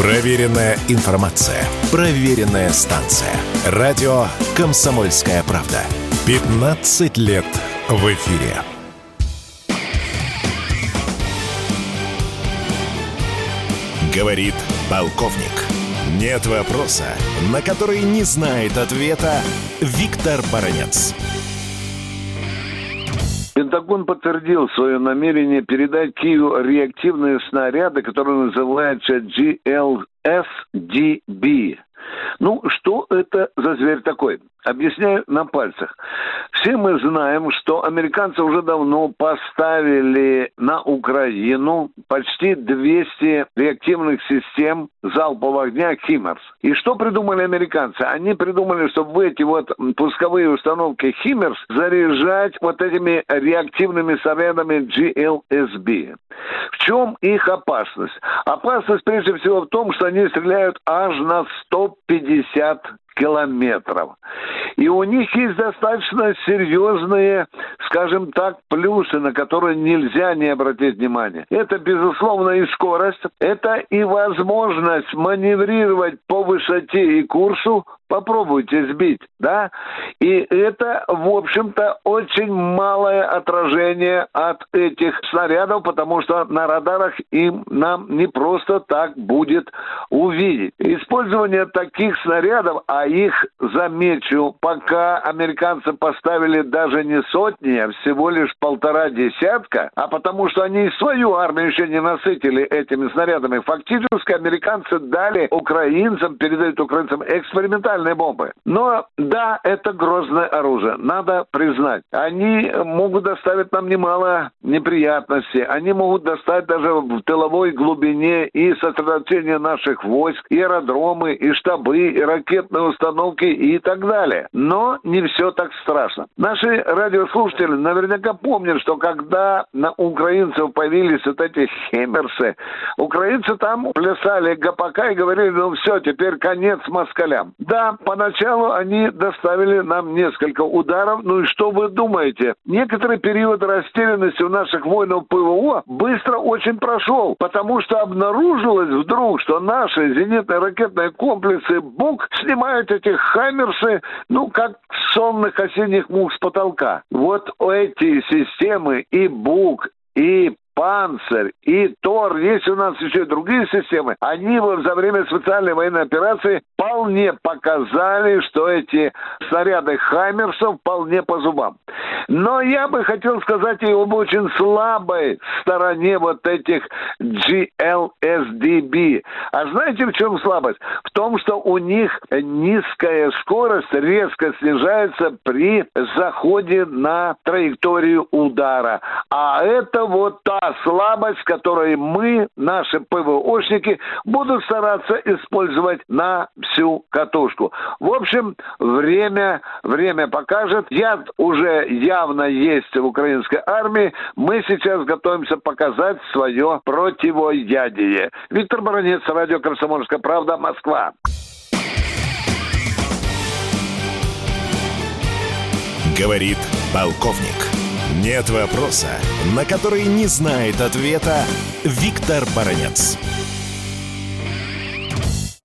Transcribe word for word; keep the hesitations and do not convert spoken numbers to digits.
Проверенная информация. Проверенная станция. Радио «Комсомольская правда». пятнадцать лет в эфире. Говорит полковник. Нет вопроса, на который не знает ответа Виктор Баранец. Пентагон подтвердил свое намерение передать Киеву реактивные снаряды, которые называются джи эл эс ди би. Ну, что это за зверь такой? Объясняю на пальцах. Все мы знаем, что американцы уже давно поставили на Украину почти двести реактивных систем залпового огня «Химмерс». И что придумали американцы? Они придумали, чтобы в эти вот пусковые установки «Химмерс» заряжать вот этими реактивными снарядами джи эл эс би. В чем их опасность? Опасность прежде всего в том, что они стреляют аж на сто пятьдесят километров. И у них есть достаточно серьезные, скажем так, плюсы, на которые нельзя не обратить внимание. Это, безусловно, и скорость, это и возможность маневрировать по высоте и курсу. Попробуйте сбить, да? И это, в общем-то, очень малое отражение от этих снарядов, потому что на радарах им нам не просто так будет увидеть. Использование таких снарядов, а их, замечу, пока американцы поставили даже не сотни, а всего лишь полтора десятка, а потому что они свою армию еще не насытили этими снарядами. Фактически американцы дали украинцам, передают украинцам экспериментальные бомбы. Но да, это грозное оружие, надо признать. Они могут доставить нам немало неприятностей. Они могут доставить даже в тыловой глубине и сосредоточение наших войск, и аэродромы, и штабы, и ракетные установки и так далее. Но не все так страшно. Наши радиослушатели наверняка помнят, что когда на украинцев появились вот эти «Химмерсы», украинцы там плясали гопака и говорили: ну все, теперь конец москалям. Да, поначалу они доставили нам несколько ударов. Ну и что вы думаете? Некоторый период растерянности у наших воинов ПВО быстро очень прошел, потому что обнаружилось вдруг, что наши зенитные ракетные комплексы «Бук» снимают эти «Хаймерсы», ну, как сонных осенних мух с потолка. Вот эти системы и «Бук», и «Панцирь», и «Тор», есть у нас еще и другие системы, они за время специальной военной операции вполне показали, что эти снаряды «Хаймерсов» вполне по зубам. Но я бы хотел сказать и об очень слабой стороне вот этих джи эл эс ди би. А знаете, в чем слабость? В том, что у них низкая скорость резко снижается при заходе на траекторию удара. А это вот та слабость, которую мы, наши ПВОшники, будут стараться использовать на всю катушку. В общем, время, время покажет. Яд уже явно есть в украинской армии. Мы сейчас готовимся показать свое противоядие. Виктор Баранец, радио «Комсомольская правда», Москва. Говорит полковник. Нет вопроса, на который не знает ответа Виктор Баранец.